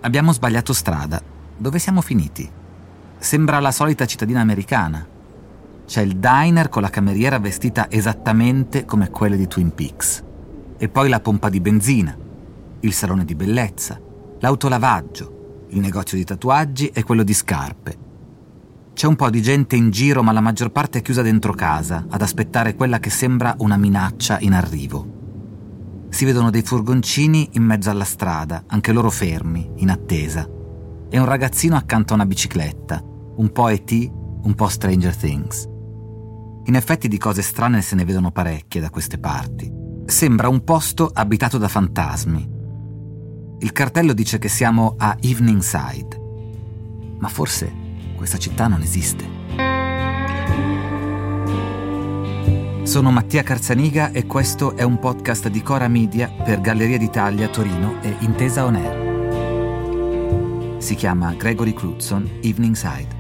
Abbiamo sbagliato strada. Dove siamo finiti? Sembra la solita cittadina americana. C'è il diner con la cameriera vestita esattamente come quelle di Twin Peaks. E poi la pompa di benzina, il salone di bellezza, l'autolavaggio, il negozio di tatuaggi e quello di scarpe. C'è un po' di gente in giro, ma la maggior parte è chiusa dentro casa ad aspettare quella che sembra una minaccia in arrivo. Si vedono dei furgoncini in mezzo alla strada, anche loro fermi, in attesa. E un ragazzino accanto a una bicicletta, un po' E.T., un po' Stranger Things. In effetti di cose strane se ne vedono parecchie da queste parti. Sembra un posto abitato da fantasmi. Il cartello dice che siamo a Evening Side. Ma forse questa città non esiste. Sono Mattia Carzaniga e questo è un podcast di Cora Media per Galleria d'Italia Torino e Intesa On Air. Si chiama Gregory Crewdson Evening Side.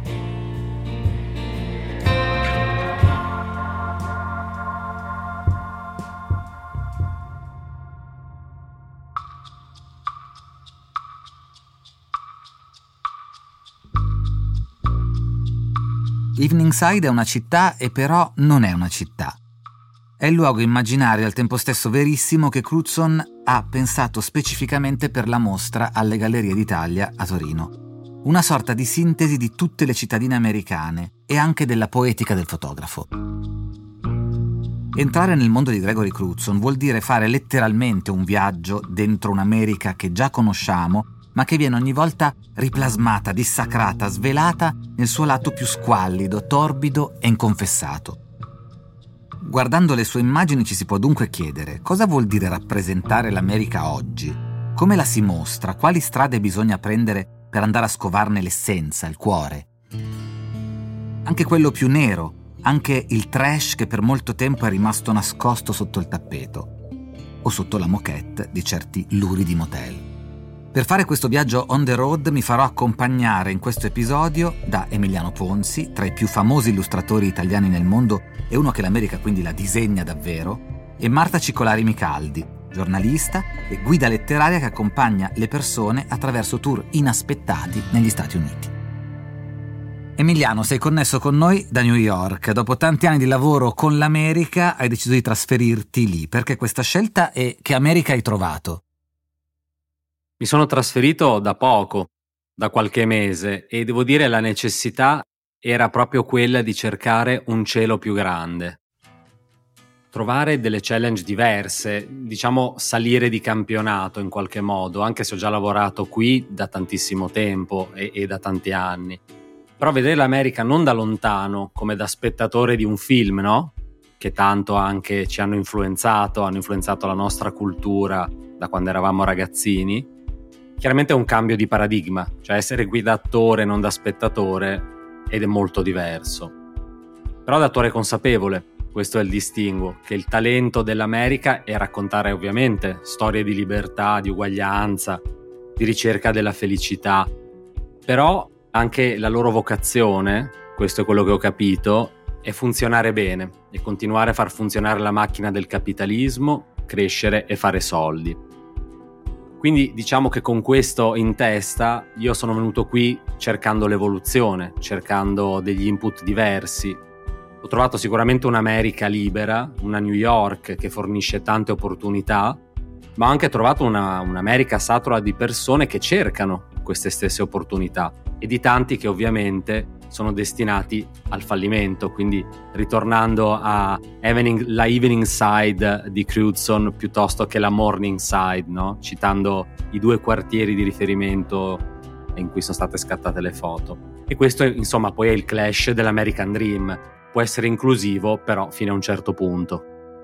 Evening Side è una città e però non è una città. È il luogo immaginario e al tempo stesso verissimo che Crewdson ha pensato specificamente per la mostra alle Gallerie d'Italia a Torino. Una sorta di sintesi di tutte le cittadine americane e anche della poetica del fotografo. Entrare nel mondo di Gregory Crewdson vuol dire fare letteralmente un viaggio dentro un'America che già conosciamo, ma che viene ogni volta riplasmata, dissacrata, svelata nel suo lato più squallido, torbido e inconfessato. Guardando le sue immagini ci si può dunque chiedere cosa vuol dire rappresentare l'America oggi, come la si mostra, quali strade bisogna prendere per andare a scovarne l'essenza, il cuore. Anche quello più nero, anche il trash che per molto tempo è rimasto nascosto sotto il tappeto o sotto la moquette di certi luridi motel. Per fare questo viaggio on the road mi farò accompagnare in questo episodio da Emiliano Ponzi, tra i più famosi illustratori italiani nel mondo e uno che l'America quindi la disegna davvero, e Marta Cicolari Micaldi, giornalista e guida letteraria che accompagna le persone attraverso tour inaspettati negli Stati Uniti. Emiliano, sei connesso con noi da New York. Dopo tanti anni di lavoro con l'America hai deciso di trasferirti lì. Perché questa scelta e che America hai trovato? Mi sono trasferito da poco, da qualche mese, e devo dire la necessità era proprio quella di cercare un cielo più grande. Trovare delle challenge diverse, diciamo salire di campionato in qualche modo, anche se ho già lavorato qui da tantissimo tempo e da tanti anni. Però vedere l'America non da lontano, come da spettatore di un film, no? Che tanto anche ci hanno influenzato la nostra cultura da quando eravamo ragazzini. Chiaramente è un cambio di paradigma, cioè essere qui da attore non da spettatore, ed è molto diverso. Però da attore consapevole, questo è il distinguo, che il talento dell'America è raccontare ovviamente storie di libertà, di uguaglianza, di ricerca della felicità, però anche la loro vocazione, questo è quello che ho capito, è funzionare bene e continuare a far funzionare la macchina del capitalismo, crescere e fare soldi. Quindi diciamo che con questo in testa io sono venuto qui cercando l'evoluzione, cercando degli input diversi. Ho trovato sicuramente un'America libera, una New York che fornisce tante opportunità, ma ho anche trovato un'America satura di persone che cercano queste stesse opportunità e di tanti che ovviamente sono destinati al fallimento. Quindi ritornando la Evening Side di Crewdson piuttosto che la Morning Side, no? Citando i due quartieri di riferimento in cui sono state scattate le foto. E questo insomma poi è il clash dell'American Dream. Può essere inclusivo, però fino a un certo punto.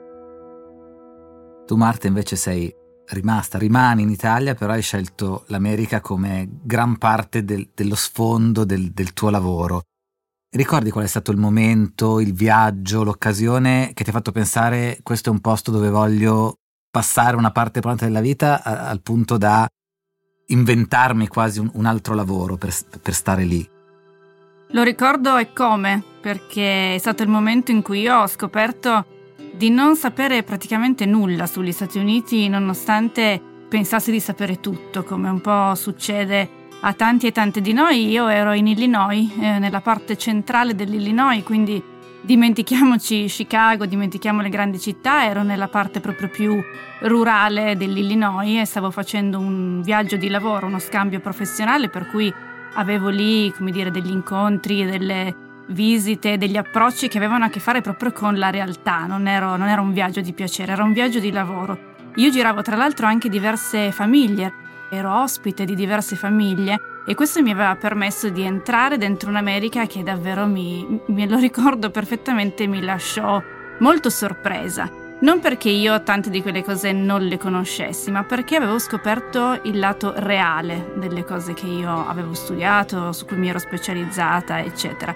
Tu, Marta, invece rimani in Italia, però hai scelto l'America come gran parte dello sfondo del tuo lavoro. Ricordi qual è stato il momento, il viaggio, l'occasione che ti ha fatto pensare questo è un posto dove voglio passare una parte importante della vita al punto da inventarmi quasi un altro lavoro per stare lì? Lo ricordo e come, perché è stato il momento in cui io ho scoperto di non sapere praticamente nulla sugli Stati Uniti, nonostante pensassi di sapere tutto, come un po' succede a tanti e tante di noi. Io ero in Illinois, nella parte centrale dell'Illinois, quindi dimentichiamoci Chicago, dimentichiamo le grandi città, ero nella parte proprio più rurale dell'Illinois e stavo facendo un viaggio di lavoro, uno scambio professionale, per cui avevo lì, come dire, degli incontri, delle visite, degli approcci che avevano a che fare proprio con la realtà. Non era un viaggio di piacere, era un viaggio di lavoro. Io giravo tra l'altro anche diverse famiglie, ero ospite di diverse famiglie e questo mi aveva permesso di entrare dentro un'America che davvero me lo ricordo perfettamente, mi lasciò molto sorpresa. Non perché io tante di quelle cose non le conoscessi, ma perché avevo scoperto il lato reale delle cose che io avevo studiato, su cui mi ero specializzata, eccetera.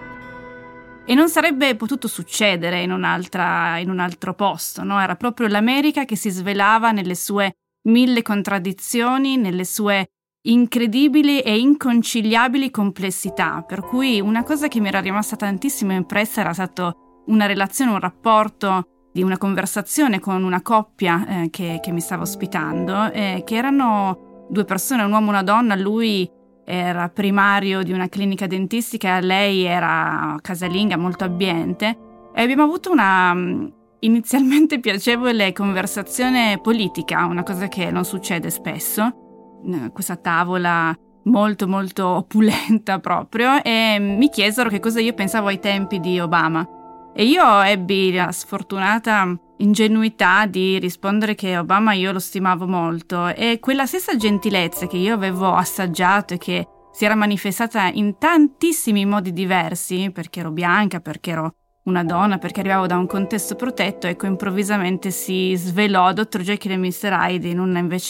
E non sarebbe potuto succedere in un altro posto, no? Era proprio l'America che si svelava nelle sue 1000 contraddizioni, nelle sue incredibili e inconciliabili complessità, per cui una cosa che mi era rimasta tantissimo impressa era stato una relazione, un rapporto di una conversazione con una coppia che mi stava ospitando, che erano 2 persone, un uomo e una donna. Lui era primario di una clinica dentistica, lei era casalinga, molto abbiente, e abbiamo avuto una inizialmente piacevole conversazione politica, una cosa che non succede spesso, questa tavola molto molto opulenta proprio, e mi chiesero che cosa io pensavo ai tempi di Obama. E io ebbi la sfortunata ingenuità di rispondere che Obama io lo stimavo molto, e quella stessa gentilezza che io avevo assaggiato e che si era manifestata in tantissimi modi diversi, perché ero bianca, perché ero una donna, perché arrivavo da un contesto protetto, ecco, improvvisamente si svelò Dr. Jekyll e Mr. Hyde in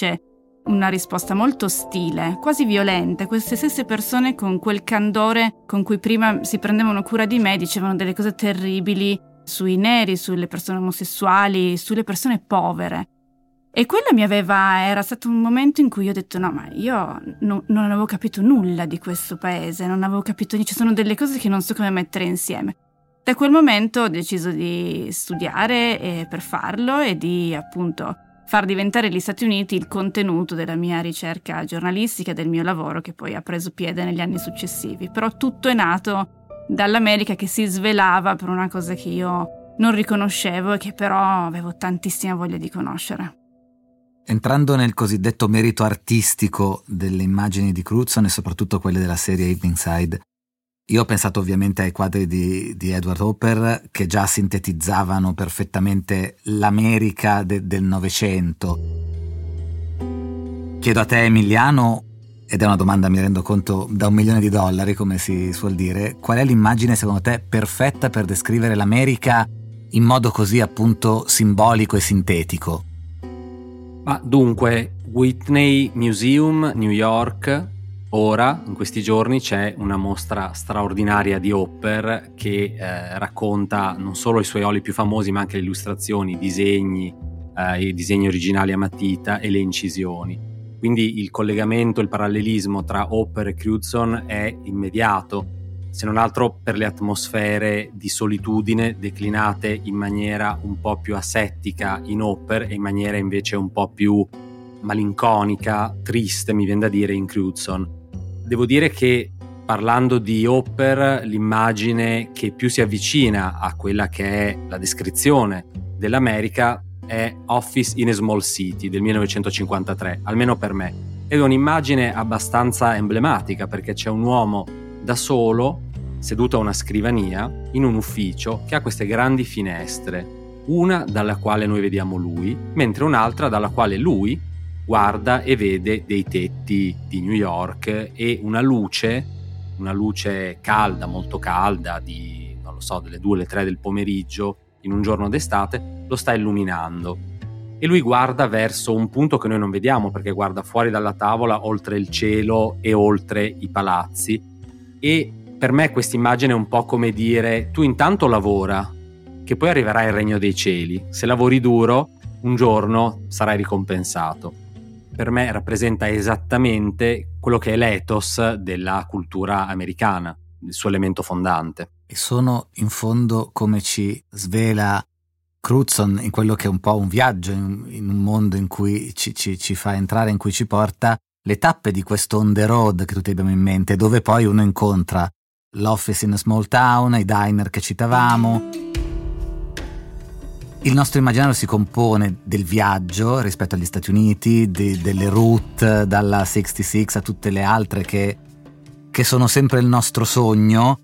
una risposta molto ostile, quasi violenta. Queste stesse persone, con quel candore con cui prima si prendevano cura di me, dicevano delle cose terribili sui neri, sulle persone omosessuali, sulle persone povere. E quello era stato un momento in cui io ho detto no, ma io non avevo capito nulla di questo paese, non avevo capito, ci sono delle cose che non so come mettere insieme. Da quel momento ho deciso di studiare per farlo e di appunto far diventare gli Stati Uniti il contenuto della mia ricerca giornalistica e del mio lavoro, che poi ha preso piede negli anni successivi. Però tutto è nato dall'America che si svelava per una cosa che io non riconoscevo e che però avevo tantissima voglia di conoscere. Entrando nel cosiddetto merito artistico delle immagini di Crutzen e soprattutto quelle della serie Evening Side, io ho pensato ovviamente ai quadri di Edward Hopper, che già sintetizzavano perfettamente l'America del Novecento. Chiedo a te, Emiliano, ed è una domanda, mi rendo conto, da $1 milione, come si suol dire, qual è l'immagine secondo te perfetta per descrivere l'America in modo così appunto simbolico e sintetico? Ma dunque, Whitney Museum, New York. Ora, in questi giorni, c'è una mostra straordinaria di Hopper che racconta non solo i suoi oli più famosi, ma anche le illustrazioni, i disegni originali a matita e le incisioni. Quindi il collegamento, il parallelismo tra Hopper e Crutzen è immediato, se non altro per le atmosfere di solitudine declinate in maniera un po' più asettica in Hopper e in maniera invece un po' più malinconica, triste, mi viene da dire, in Crutzen. Devo dire che, parlando di Hopper, l'immagine che più si avvicina a quella che è la descrizione dell'America è Office in a Small City del 1953, almeno per me. Ed è un'immagine abbastanza emblematica, perché c'è un uomo da solo, seduto a una scrivania, in un ufficio che ha queste grandi finestre, una dalla quale noi vediamo lui, mentre un'altra dalla quale lui guarda e vede dei tetti di New York e una luce calda, molto calda, di, non lo so, delle 2 alle 3 del pomeriggio, in un giorno d'estate, lo sta illuminando. E lui guarda verso un punto che noi non vediamo, perché guarda fuori dalla tavola, oltre il cielo e oltre i palazzi. E per me questa immagine è un po' come dire: tu intanto lavora, che poi arriverà il regno dei cieli. Se lavori duro, un giorno sarai ricompensato. Per me rappresenta esattamente quello che è l'ethos della cultura americana, il suo elemento fondante. E sono in fondo, come ci svela Crutzen, in quello che è un po' un viaggio in un mondo in cui ci fa entrare, in cui ci porta, le tappe di questo on the road che tutti abbiamo in mente, dove poi uno incontra l'Office in a Small Town, i diner che citavamo. Il nostro immaginario si compone del viaggio rispetto agli Stati Uniti, delle route dalla 66 a tutte le altre che sono sempre il nostro sogno.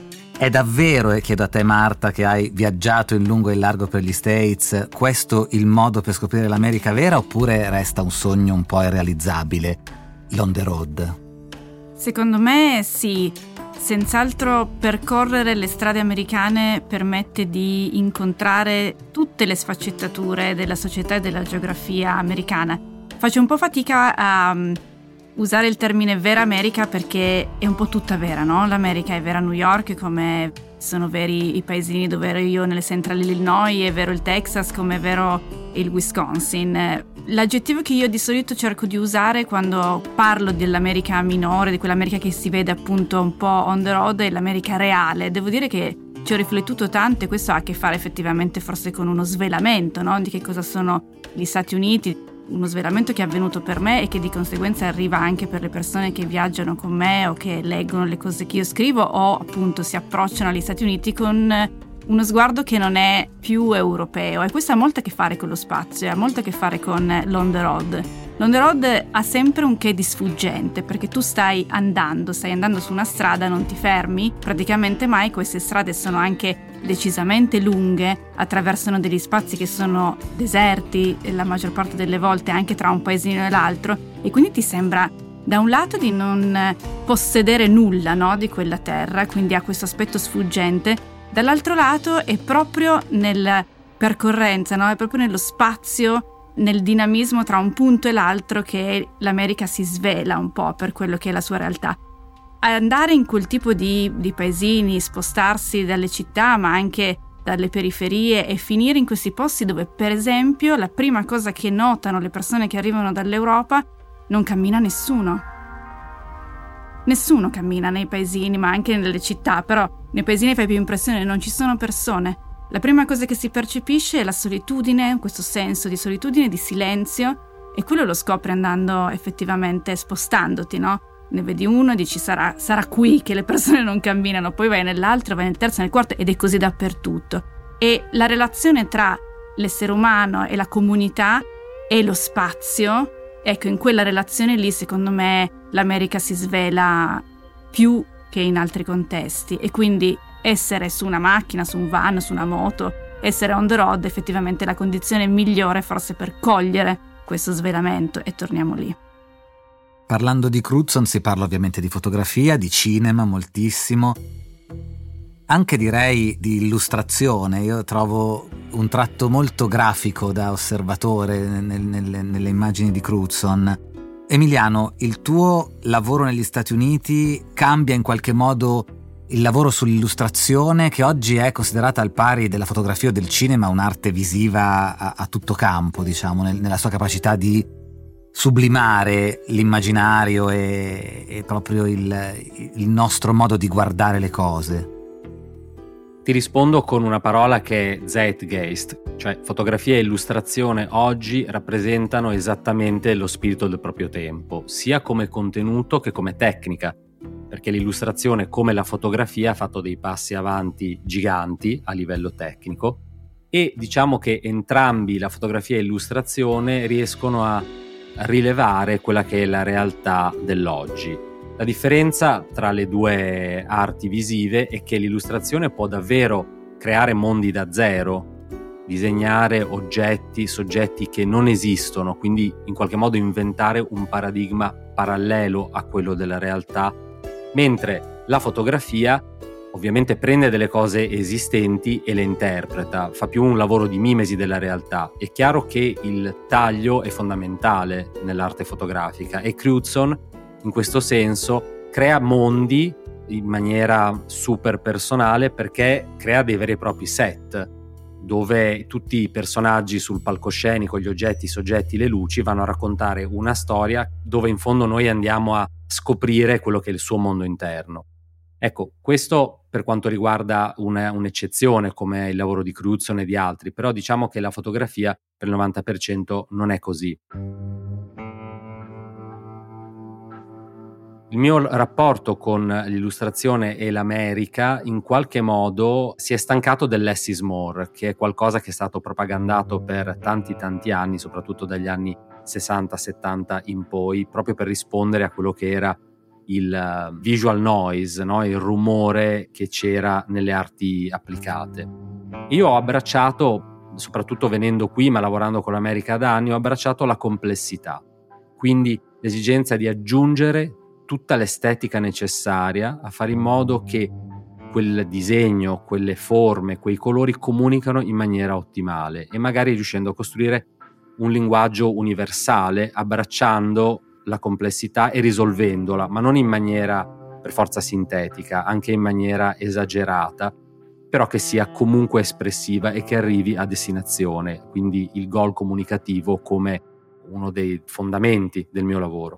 È davvero, e chiedo a te Marta, che hai viaggiato in lungo e in largo per gli States, questo il modo per scoprire l'America vera, oppure resta un sogno un po' irrealizzabile, l'on the road? Secondo me sì. Senz'altro percorrere le strade americane permette di incontrare tutte le sfaccettature della società e della geografia americana. Faccio un po' fatica a usare il termine vera America perché è un po' tutta vera, no? L'America è vera a New York, come sono veri i paesini dove ero io nelle Central Illinois, è vero il Texas, come è vero il Wisconsin. L'aggettivo che io di solito cerco di usare quando parlo dell'America minore, di quell'America che si vede appunto un po' on the road, è l'America reale. Devo dire che ci ho riflettuto tanto e questo ha a che fare effettivamente forse con uno svelamento, no? Di che cosa sono gli Stati Uniti, uno svelamento che è avvenuto per me e che di conseguenza arriva anche per le persone che viaggiano con me o che leggono le cose che io scrivo o appunto si approcciano agli Stati Uniti con uno sguardo che non è più europeo, e questo ha molto a che fare con lo spazio, ha molto a che fare con l'on the road. L'on the road ha sempre un che di sfuggente, perché tu stai andando su una strada, non ti fermi praticamente mai, queste strade sono anche decisamente lunghe, attraversano degli spazi che sono deserti la maggior parte delle volte, anche tra un paesino e l'altro, e quindi ti sembra da un lato di non possedere nulla, no, di quella terra, quindi ha questo aspetto sfuggente. Dall'altro lato è proprio nella percorrenza, no? È proprio nello spazio, nel dinamismo tra un punto e l'altro che l'America si svela un po' per quello che è la sua realtà. Andare in quel tipo di paesini, spostarsi dalle città ma anche dalle periferie e finire in questi posti dove, per esempio, la prima cosa che notano le persone che arrivano dall'Europa, non cammina nessuno. Nessuno cammina nei paesini, ma anche nelle città, però nei paesini fai più impressione, non ci sono persone. La prima cosa che si percepisce è la solitudine, questo senso di solitudine, di silenzio, e quello lo scopri andando effettivamente spostandoti, no? Ne vedi uno e dici sarà qui che le persone non camminano, poi vai nell'altro, vai nel terzo, nel quarto, ed è così dappertutto. E la relazione tra l'essere umano e la comunità e lo spazio, ecco, in quella relazione lì secondo me l'America si svela più che in altri contesti, e quindi essere su una macchina, su un van, su una moto, essere on the road effettivamente è la condizione migliore forse per cogliere questo svelamento, e torniamo lì. Parlando di Crutzen si parla ovviamente di fotografia, di cinema moltissimo, anche direi di illustrazione. Io trovo un tratto molto grafico da osservatore nelle immagini di Crutzen. Emiliano, il tuo lavoro negli Stati Uniti cambia in qualche modo il lavoro sull'illustrazione, che oggi è considerata al pari della fotografia o del cinema un'arte visiva a tutto campo, diciamo, nella sua capacità di sublimare l'immaginario e proprio il nostro modo di guardare le cose. Ti rispondo con una parola che è Zeitgeist, cioè fotografia e illustrazione oggi rappresentano esattamente lo spirito del proprio tempo, sia come contenuto che come tecnica, perché l'illustrazione, come la fotografia, ha fatto dei passi avanti giganti a livello tecnico, e diciamo che entrambi, la fotografia e l'illustrazione, riescono a rilevare quella che è la realtà dell'oggi. La differenza tra le due arti visive è che l'illustrazione può davvero creare mondi da zero, disegnare oggetti, soggetti che non esistono, quindi in qualche modo inventare un paradigma parallelo a quello della realtà, mentre la fotografia ovviamente prende delle cose esistenti e le interpreta, fa più un lavoro di mimesi della realtà. È chiaro che il taglio è fondamentale nell'arte fotografica, e Crutzen in questo senso crea mondi in maniera super personale, perché crea dei veri e propri set dove tutti i personaggi sul palcoscenico, gli oggetti, i soggetti, le luci vanno a raccontare una storia dove in fondo noi andiamo a scoprire quello che è il suo mondo interno. Ecco, questo per quanto riguarda un'eccezione come il lavoro di Crutzen e di altri, però diciamo che la fotografia per il 90% non è così. Il mio rapporto con l'illustrazione e l'America in qualche modo si è stancato del less is more, che è qualcosa che è stato propagandato per tanti anni, soprattutto dagli anni 60-70 in poi, proprio per rispondere a quello che era il visual noise, no? Il rumore che c'era nelle arti applicate. Io ho abbracciato, soprattutto venendo qui ma lavorando con l'America da anni, ho abbracciato la complessità, quindi l'esigenza di aggiungere tutta l'estetica necessaria a fare in modo che quel disegno, quelle forme, quei colori comunicano in maniera ottimale e magari riuscendo a costruire un linguaggio universale, abbracciando la complessità e risolvendola, ma non in maniera per forza sintetica, anche in maniera esagerata, però che sia comunque espressiva e che arrivi a destinazione, quindi il goal comunicativo come uno dei fondamenti del mio lavoro.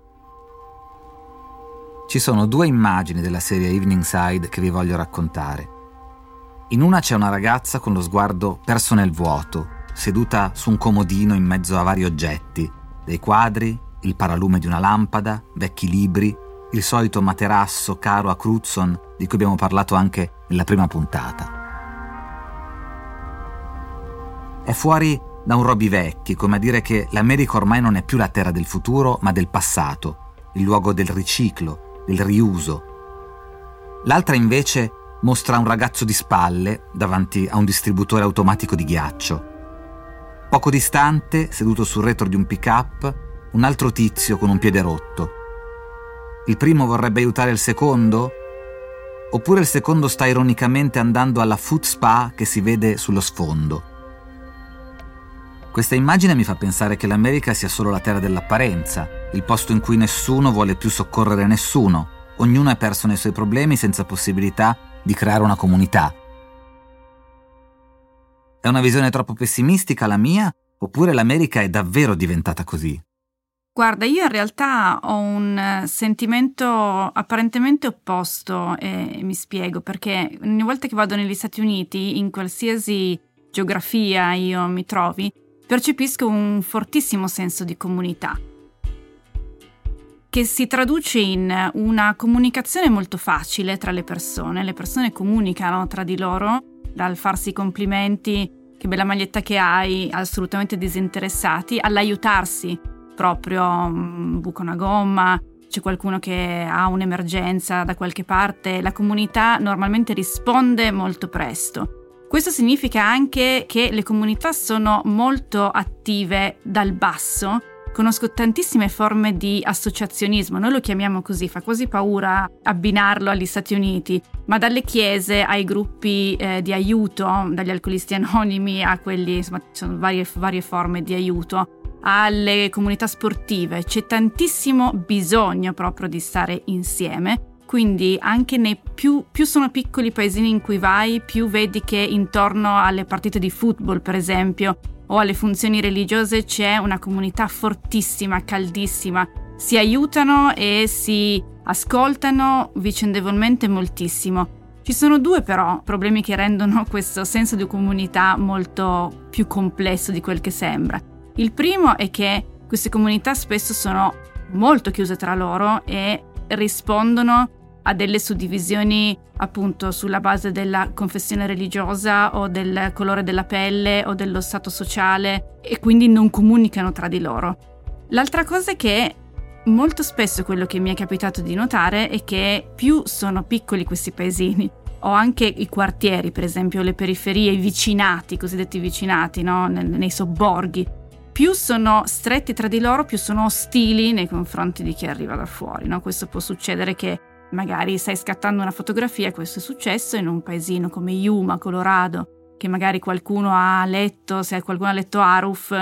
Ci sono 2 immagini della serie Eveningside che vi voglio raccontare. In una c'è una ragazza con lo sguardo perso nel vuoto, seduta su un comodino in mezzo a vari oggetti, dei quadri, il paralume di una lampada, vecchi libri, il solito materasso caro a Crutzen di cui abbiamo parlato anche nella prima puntata. È fuori da un Robivecchi, come a dire che l'America ormai non è più la terra del futuro, ma del passato, il luogo del riciclo, del riuso. L'altra invece mostra un ragazzo di spalle davanti a un distributore automatico di ghiaccio. Poco distante, seduto sul retro di un pick-up, un altro tizio con un piede rotto. Il primo vorrebbe aiutare il secondo? Oppure il secondo sta ironicamente andando alla foot spa che si vede sullo sfondo? Questa immagine mi fa pensare che l'America sia solo la terra dell'apparenza, il posto in cui nessuno vuole più soccorrere nessuno, ognuno è perso nei suoi problemi senza possibilità di creare una comunità. È una visione troppo pessimistica la mia, oppure l'America è davvero diventata così? Guarda, io in realtà ho un sentimento apparentemente opposto e mi spiego, perché ogni volta che vado negli Stati Uniti, in qualsiasi geografia io mi trovi, percepisco un fortissimo senso di comunità, che si traduce in una comunicazione molto facile tra le persone comunicano tra di loro, dal farsi complimenti, che bella maglietta che hai, assolutamente disinteressati, all'aiutarsi, proprio un buco una gomma, c'è qualcuno che ha un'emergenza da qualche parte, la comunità normalmente risponde molto presto. Questo significa anche che le comunità sono molto attive dal basso. Conosco tantissime forme di associazionismo, noi lo chiamiamo così, fa quasi paura abbinarlo agli Stati Uniti, ma dalle chiese ai gruppi di aiuto, dagli alcolisti anonimi a quelli, insomma, ci sono varie forme di aiuto, alle comunità sportive, c'è tantissimo bisogno proprio di stare insieme. Quindi anche nei più sono piccoli paesini in cui vai, più vedi che intorno alle partite di football, per esempio, o alle funzioni religiose c'è una comunità fortissima, caldissima. Si aiutano e si ascoltano vicendevolmente moltissimo. Ci sono 2 però problemi che rendono questo senso di comunità molto più complesso di quel che sembra. Il primo è che queste comunità spesso sono molto chiuse tra loro e rispondono a delle suddivisioni appunto sulla base della confessione religiosa o del colore della pelle o dello stato sociale e quindi non comunicano tra di loro. L'altra cosa è che molto spesso quello che mi è capitato di notare è che più sono piccoli questi paesini o anche i quartieri, per esempio le periferie, i vicinati, i cosiddetti vicinati, no? nei sobborghi, più sono stretti tra di loro, più sono ostili nei confronti di chi arriva da fuori, no? Questo può succedere che magari stai scattando una fotografia, questo è successo in un paesino come Yuma, Colorado, che magari qualcuno ha letto, se qualcuno ha letto Aruf,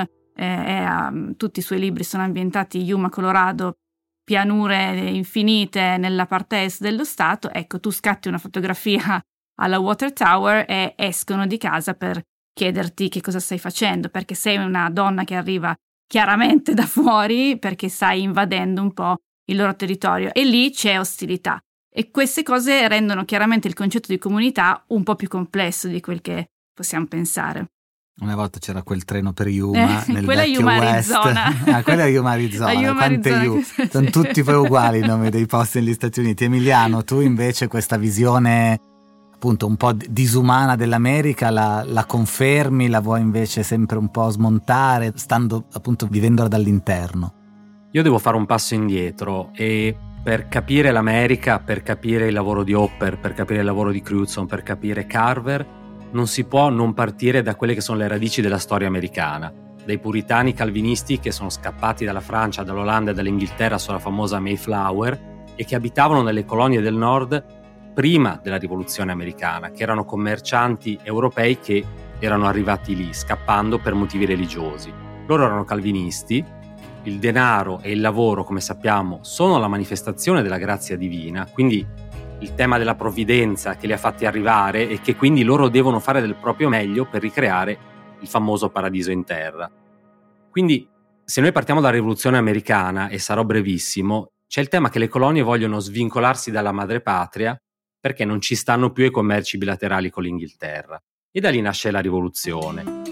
tutti i suoi libri sono ambientati in Yuma, Colorado, pianure infinite nella parte est dello stato, ecco, tu scatti una fotografia alla Water Tower e escono di casa per chiederti che cosa stai facendo, perché sei una donna che arriva chiaramente da fuori, perché stai invadendo un po' il loro territorio e lì c'è ostilità. E queste cose rendono chiaramente il concetto di comunità un po' più complesso di quel che possiamo pensare. Una volta c'era quel treno per Yuma nel quella vecchio Yuma West. Arizona. Quella è Yuma Arizona. Quante Yu? Sono tutti poi uguali i nomi dei posti negli Stati Uniti. Emiliano, tu invece questa visione appunto un po' disumana dell'America la confermi, la vuoi invece sempre un po' smontare, stando appunto vivendola dall'interno? Io devo fare un passo indietro e per capire l'America, per capire il lavoro di Hopper, per capire il lavoro di Crutzen, per capire Carver, non si può non partire da quelle che sono le radici della storia americana, dai puritani calvinisti che sono scappati dalla Francia, dall'Olanda e dall'Inghilterra sulla famosa Mayflower e che abitavano nelle colonie del nord prima della rivoluzione americana, che erano commercianti europei che erano arrivati lì scappando per motivi religiosi. Loro erano calvinisti, il denaro e il lavoro, come sappiamo, sono la manifestazione della grazia divina, quindi il tema della provvidenza che li ha fatti arrivare e che quindi loro devono fare del proprio meglio per ricreare il famoso paradiso in terra. Quindi se noi partiamo dalla rivoluzione americana, e sarò brevissimo, c'è il tema che le colonie vogliono svincolarsi dalla madrepatria perché non ci stanno più i commerci bilaterali con l'Inghilterra, e da lì nasce la rivoluzione.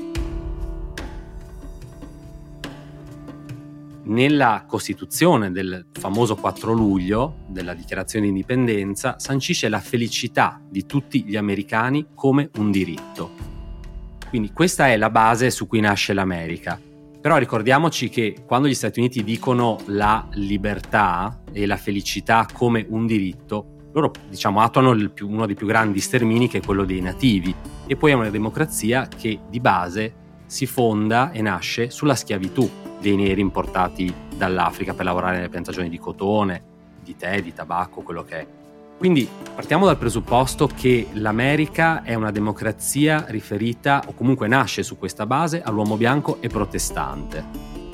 Nella Costituzione del famoso 4 luglio, della dichiarazione di indipendenza, sancisce la felicità di tutti gli americani come un diritto. Quindi questa è la base su cui nasce l'America. Però ricordiamoci che quando gli Stati Uniti dicono la libertà e la felicità come un diritto, loro attuano uno dei più grandi stermini, che è quello dei nativi, e poi è una democrazia che di base si fonda e nasce sulla schiavitù dei neri importati dall'Africa per lavorare nelle piantagioni di cotone, di tè, di tabacco, quello che è. Quindi partiamo dal presupposto che l'America è una democrazia riferita, o comunque nasce su questa base, all'uomo bianco e protestante.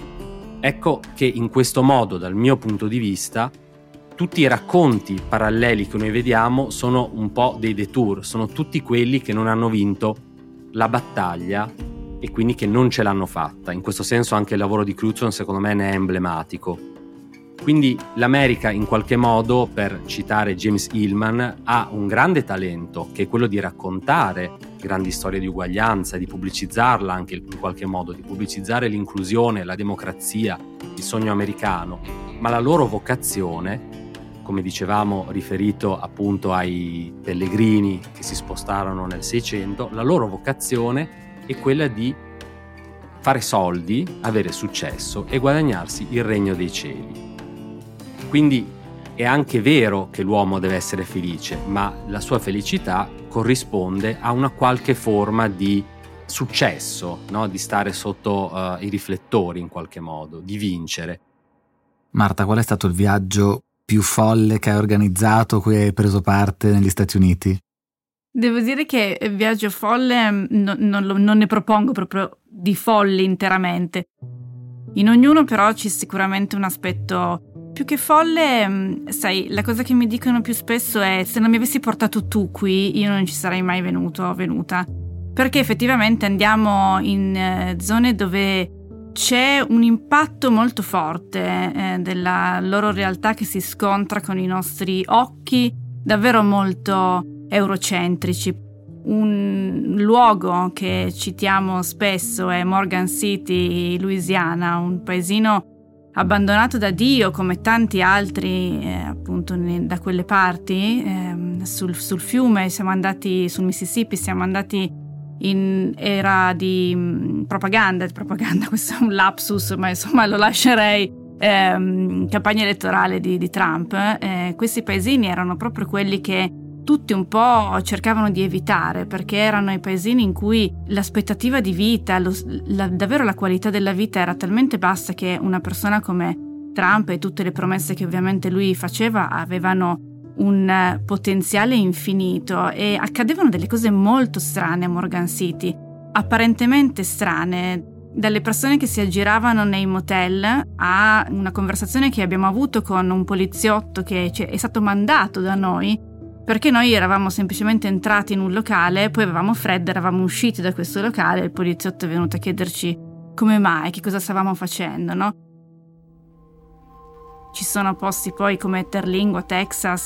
Ecco che in questo modo, dal mio punto di vista, tutti i racconti paralleli che noi vediamo sono un po' dei détour, sono tutti quelli che non hanno vinto la battaglia e quindi che non ce l'hanno fatta. In questo senso anche il lavoro di Crutzen secondo me ne è emblematico. Quindi l'America in qualche modo, per citare James Hillman, ha un grande talento, che è quello di raccontare grandi storie di uguaglianza, di pubblicizzarla anche in qualche modo, di pubblicizzare l'inclusione, la democrazia, il sogno americano, ma la loro vocazione, come dicevamo riferito appunto ai pellegrini che si spostarono nel 600, la loro vocazione è quella di fare soldi, avere successo e guadagnarsi il regno dei cieli. Quindi è anche vero che l'uomo deve essere felice, ma la sua felicità corrisponde a una qualche forma di successo, no? Di stare sotto i riflettori in qualche modo, di vincere. Marta, qual è stato il viaggio più folle che hai organizzato, cui hai preso parte negli Stati Uniti? Devo dire che viaggio folle non ne propongo proprio di folli interamente. In ognuno però c'è sicuramente un aspetto più che folle. Sai, la cosa che mi dicono più spesso è: se non mi avessi portato tu qui, io non ci sarei mai venuta. Perché effettivamente andiamo in zone dove c'è un impatto molto forte della loro realtà che si scontra con i nostri occhi, davvero molto eurocentrici. Un luogo che citiamo spesso è Morgan City, Louisiana, un paesino abbandonato da Dio come tanti altri appunto da quelle parti. Sul fiume siamo andati, sul Mississippi siamo andati in era di propaganda, questo è un lapsus, ma insomma lo lascerei, campagna elettorale di Trump. Questi paesini erano proprio quelli che tutti un po' cercavano di evitare, perché erano i paesini in cui l'aspettativa di vita, davvero la qualità della vita era talmente bassa che una persona come Trump e tutte le promesse che ovviamente lui faceva avevano un potenziale infinito, e accadevano delle cose molto strane a Morgan City, apparentemente strane, dalle persone che si aggiravano nei motel a una conversazione che abbiamo avuto con un poliziotto che è stato mandato da noi perché noi eravamo semplicemente entrati in un locale, poi avevamo freddo, eravamo usciti da questo locale, il poliziotto è venuto a chiederci come mai, che cosa stavamo facendo, no? Ci sono posti poi come Terlingua, Texas,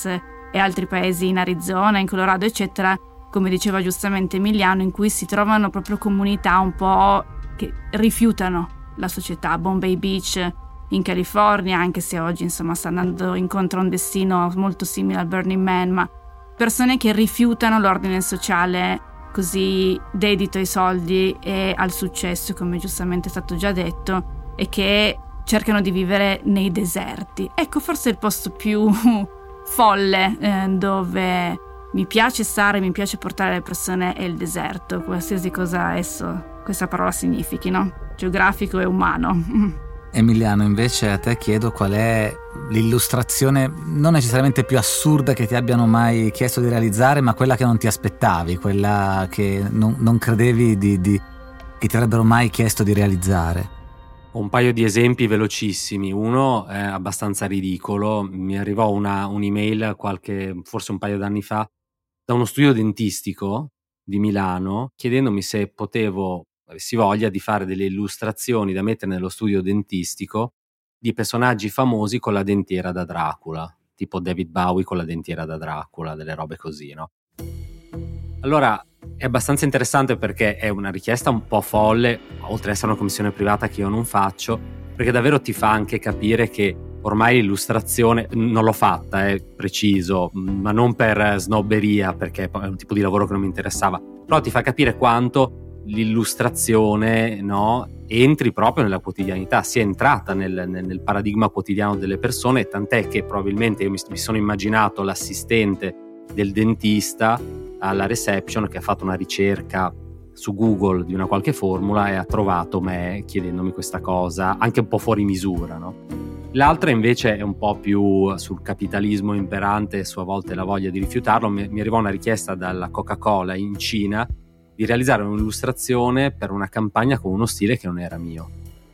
e altri paesi in Arizona, in Colorado, eccetera, come diceva giustamente Emiliano, in cui si trovano proprio comunità un po' che rifiutano la società. Bombay Beach in California, anche se oggi insomma sta andando incontro a un destino molto simile al Burning Man, ma persone che rifiutano l'ordine sociale così dedito ai soldi e al successo, come giustamente è stato già detto, e che cercano di vivere nei deserti. Ecco, forse il posto più folle dove mi piace stare, mi piace portare le persone è il deserto, qualsiasi cosa questa parola significhi, no? Geografico e umano. Emiliano, invece a te chiedo qual è l'illustrazione non necessariamente più assurda che ti abbiano mai chiesto di realizzare, ma quella che non ti aspettavi, quella che non credevi che ti avrebbero mai chiesto di realizzare. Ho un paio di esempi velocissimi. Uno è abbastanza ridicolo. Mi arrivò un'email forse un paio d'anni fa da uno studio dentistico di Milano chiedendomi se avessi voglia di fare delle illustrazioni da mettere nello studio dentistico di personaggi famosi con la dentiera da Dracula, tipo David Bowie con la dentiera da Dracula, delle robe così, no? Allora è abbastanza interessante perché è una richiesta un po' folle, oltre ad essere una commissione privata che io non faccio, perché davvero ti fa anche capire che ormai l'illustrazione non l'ho fatta, è preciso, ma non per snobberia, perché è un tipo di lavoro che non mi interessava, però ti fa capire quanto l'illustrazione, no, entri proprio nella quotidianità, sia entrata nel paradigma quotidiano delle persone, tant'è che probabilmente io mi sono immaginato l'assistente del dentista alla reception che ha fatto una ricerca su Google di una qualche formula e ha trovato me chiedendomi questa cosa, anche un po' fuori misura, no? L'altra invece è un po' più sul capitalismo imperante e a sua volta la voglia di rifiutarlo. Mi arrivò una richiesta dalla Coca-Cola in Cina di realizzare un'illustrazione per una campagna con uno stile che non era mio.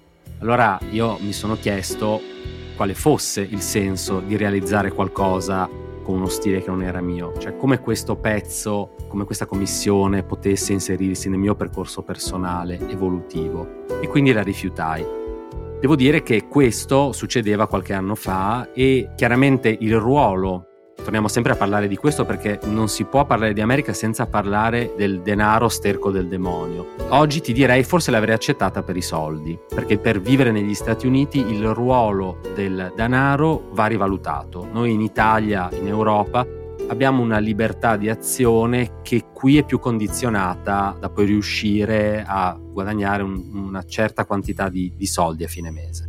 Allora io mi sono chiesto quale fosse il senso di realizzare qualcosa con uno stile che non era mio, cioè come questo pezzo, come questa commissione potesse inserirsi nel mio percorso personale, evolutivo, e quindi la rifiutai. Devo dire che questo succedeva qualche anno fa e chiaramente il ruolo, torniamo sempre a parlare di questo perché non si può parlare di America senza parlare del denaro sterco del demonio. Oggi ti direi forse l'avrei accettata per i soldi, perché per vivere negli Stati Uniti il ruolo del denaro va rivalutato. Noi in Italia, in Europa, abbiamo una libertà di azione che qui è più condizionata da poi riuscire a guadagnare una certa quantità di soldi a fine mese.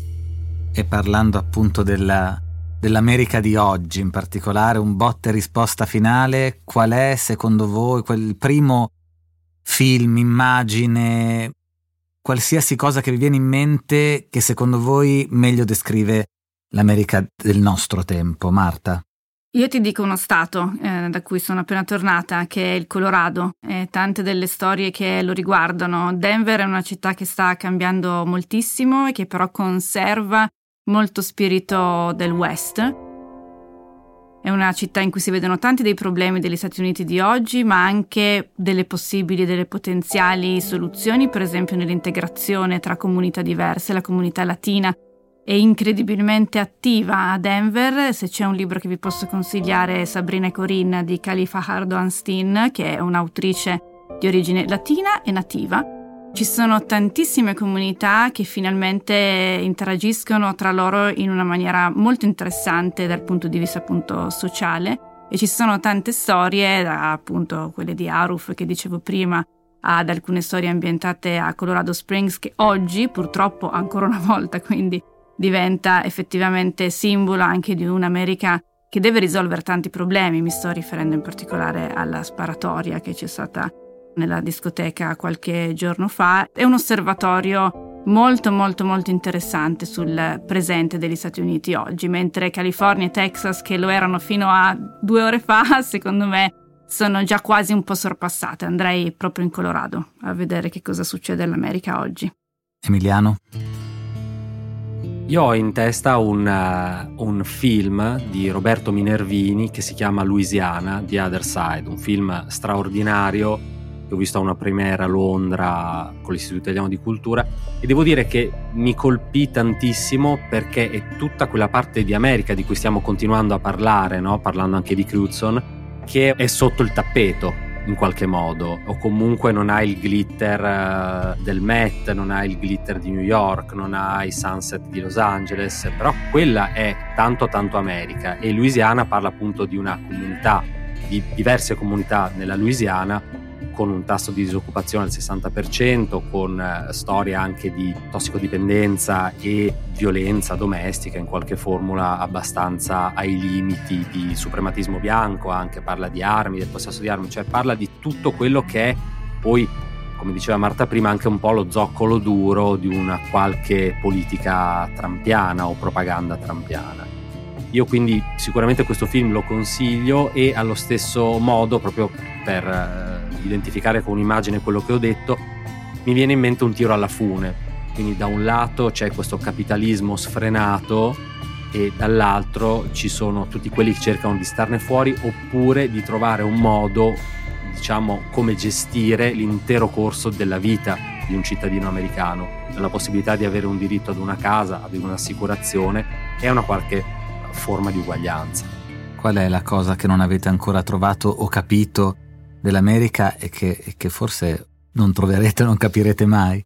E parlando appunto dell'America di oggi, in particolare un botta e risposta finale, qual è secondo voi quel primo film, immagine, qualsiasi cosa che vi viene in mente che secondo voi meglio descrive l'America del nostro tempo? Marta? Io ti dico uno stato da cui sono appena tornata, che è il Colorado, e tante delle storie che lo riguardano. Denver è una città che sta cambiando moltissimo e che però conserva molto spirito del West. È una città in cui si vedono tanti dei problemi degli Stati Uniti di oggi, ma anche delle possibili, delle potenziali soluzioni, per esempio nell'integrazione tra comunità diverse. La comunità latina è incredibilmente attiva a Denver. Se c'è un libro che vi posso consigliare è Sabrina e Corinne di Khalifa Hardo-Anstin, che è un'autrice di origine latina e nativa. Ci sono tantissime comunità che finalmente interagiscono tra loro in una maniera molto interessante dal punto di vista appunto sociale, e ci sono tante storie, da appunto quelle di Aruf che dicevo prima ad alcune storie ambientate a Colorado Springs, che oggi purtroppo ancora una volta quindi diventa effettivamente simbolo anche di un'America che deve risolvere tanti problemi. Mi sto riferendo in particolare alla sparatoria che c'è stata nella discoteca qualche giorno fa. È un osservatorio molto molto molto interessante sul presente degli Stati Uniti oggi, mentre California e Texas, che lo erano fino a 2 ore fa, secondo me sono già quasi un po' sorpassate. Andrei proprio in Colorado a vedere che cosa succede all'America oggi. Emiliano? Io ho in testa un film di Roberto Minervini che si chiama Louisiana, The Other Side, un film straordinario che ho visto a una premiere a Londra con l'Istituto Italiano di Cultura, e devo dire che mi colpì tantissimo perché è tutta quella parte di America di cui stiamo continuando a parlare, no? Parlando anche di Crutzen, che è sotto il tappeto in qualche modo, o comunque non ha il glitter del Met, non ha il glitter di New York, non ha i sunset di Los Angeles, però quella è tanto America. E Louisiana parla appunto di una comunità, di diverse comunità nella Louisiana, con un tasso di disoccupazione al 60%, con storie anche di tossicodipendenza e violenza domestica in qualche formula abbastanza ai limiti di suprematismo bianco, anche parla di armi, del possesso di armi, cioè parla di tutto quello che è poi, come diceva Marta prima, anche un po' lo zoccolo duro di una qualche politica trumpiana o propaganda trumpiana. Io quindi sicuramente questo film lo consiglio, e allo stesso modo, proprio per identificare con un'immagine quello che ho detto, mi viene in mente Un tiro alla fune. Quindi da un lato c'è questo capitalismo sfrenato e dall'altro ci sono tutti quelli che cercano di starne fuori, oppure di trovare un modo, diciamo, come gestire l'intero corso della vita di un cittadino americano, la possibilità di avere un diritto ad una casa, ad un'assicurazione e a una qualche forma di uguaglianza. Qual è la cosa che non avete ancora trovato o capito dell'America e che forse non troverete, non capirete mai?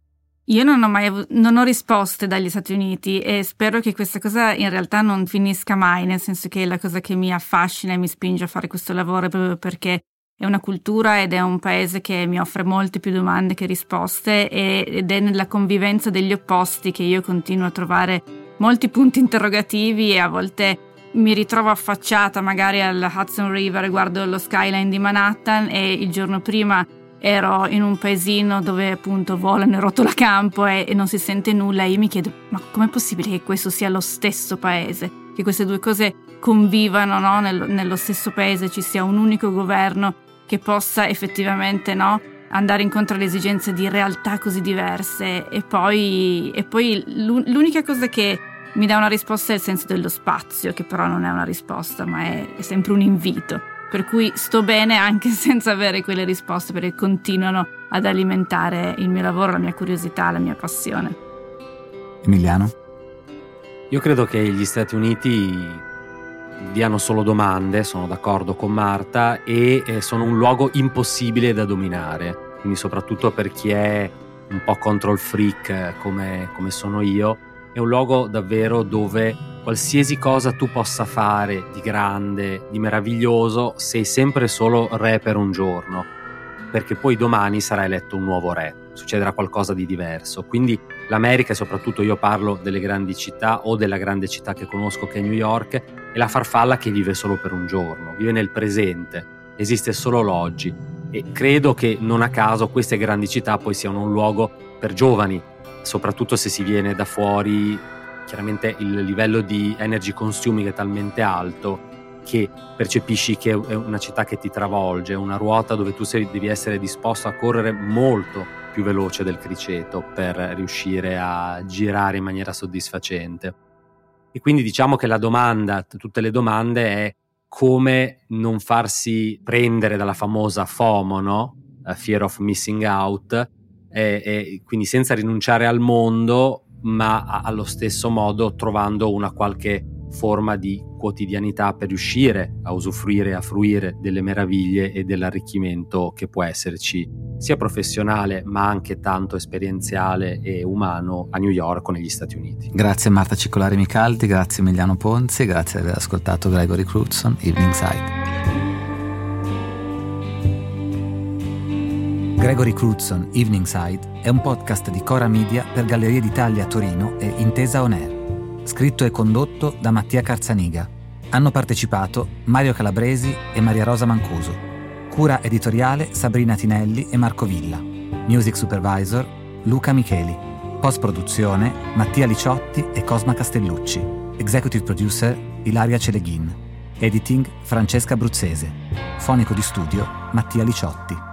Io non ho risposte dagli Stati Uniti, e spero che questa cosa in realtà non finisca mai, nel senso che è la cosa che mi affascina e mi spinge a fare questo lavoro, proprio perché è una cultura ed è un paese che mi offre molte più domande che risposte, ed è nella convivenza degli opposti che io continuo a trovare molti punti interrogativi, e a volte mi ritrovo affacciata magari al Hudson River, guardo lo skyline di Manhattan, e il giorno prima ero in un paesino dove appunto volano il rotolacampo e non si sente nulla, e io mi chiedo: ma com'è possibile che questo sia lo stesso paese, che queste due cose convivano, no? Nello stesso paese ci sia un unico governo che possa effettivamente, no, andare incontro alle esigenze di realtà così diverse. E poi l'unica cosa che mi dà una risposta è il senso dello spazio, che però non è una risposta, ma è sempre un invito. Per cui sto bene anche senza avere quelle risposte, perché continuano ad alimentare il mio lavoro, la mia curiosità, la mia passione. Emiliano? Io credo che gli Stati Uniti diano solo domande, sono d'accordo con Marta, e sono un luogo impossibile da dominare, quindi soprattutto per chi è un po' control freak come sono io. È un luogo davvero dove qualsiasi cosa tu possa fare di grande, di meraviglioso, sei sempre solo re per un giorno, perché poi domani sarà eletto un nuovo re, succederà qualcosa di diverso. Quindi l'America, e soprattutto io parlo delle grandi città o della grande città che conosco, che è New York, è la farfalla che vive solo per un giorno, vive nel presente, esiste solo l'oggi, e credo che non a caso queste grandi città poi siano un luogo per giovani, soprattutto se si viene da fuori. Chiaramente il livello di energy consuming è talmente alto che percepisci che è una città che ti travolge, una ruota dove tu devi essere disposto a correre molto più veloce del criceto per riuscire a girare in maniera soddisfacente. E quindi diciamo che la domanda, tutte le domande, è come non farsi prendere dalla famosa FOMO, no? Fear of missing out, e quindi senza rinunciare al mondo, ma allo stesso modo trovando una qualche forma di quotidianità per riuscire a usufruire e a fruire delle meraviglie e dell'arricchimento che può esserci, sia professionale ma anche tanto esperienziale e umano, a New York o negli Stati Uniti. Grazie Marta Cicolari-Micaldi, grazie Emiliano Ponzi, grazie di aver ascoltato Gregory Crutzen, Evening Side. Gregory Crutzen, Evening Side è un podcast di Cora Media per Gallerie d'Italia a Torino e Intesa On Air. Scritto e condotto da Mattia Carzaniga. Hanno partecipato Mario Calabresi e Maria Rosa Mancuso. Cura editoriale Sabrina Tinelli e Marco Villa. Music Supervisor Luca Micheli. Post-produzione Mattia Liciotti e Cosma Castellucci. Executive Producer Ilaria Celeghin. Editing Francesca Bruzzese. Fonico di studio Mattia Liciotti.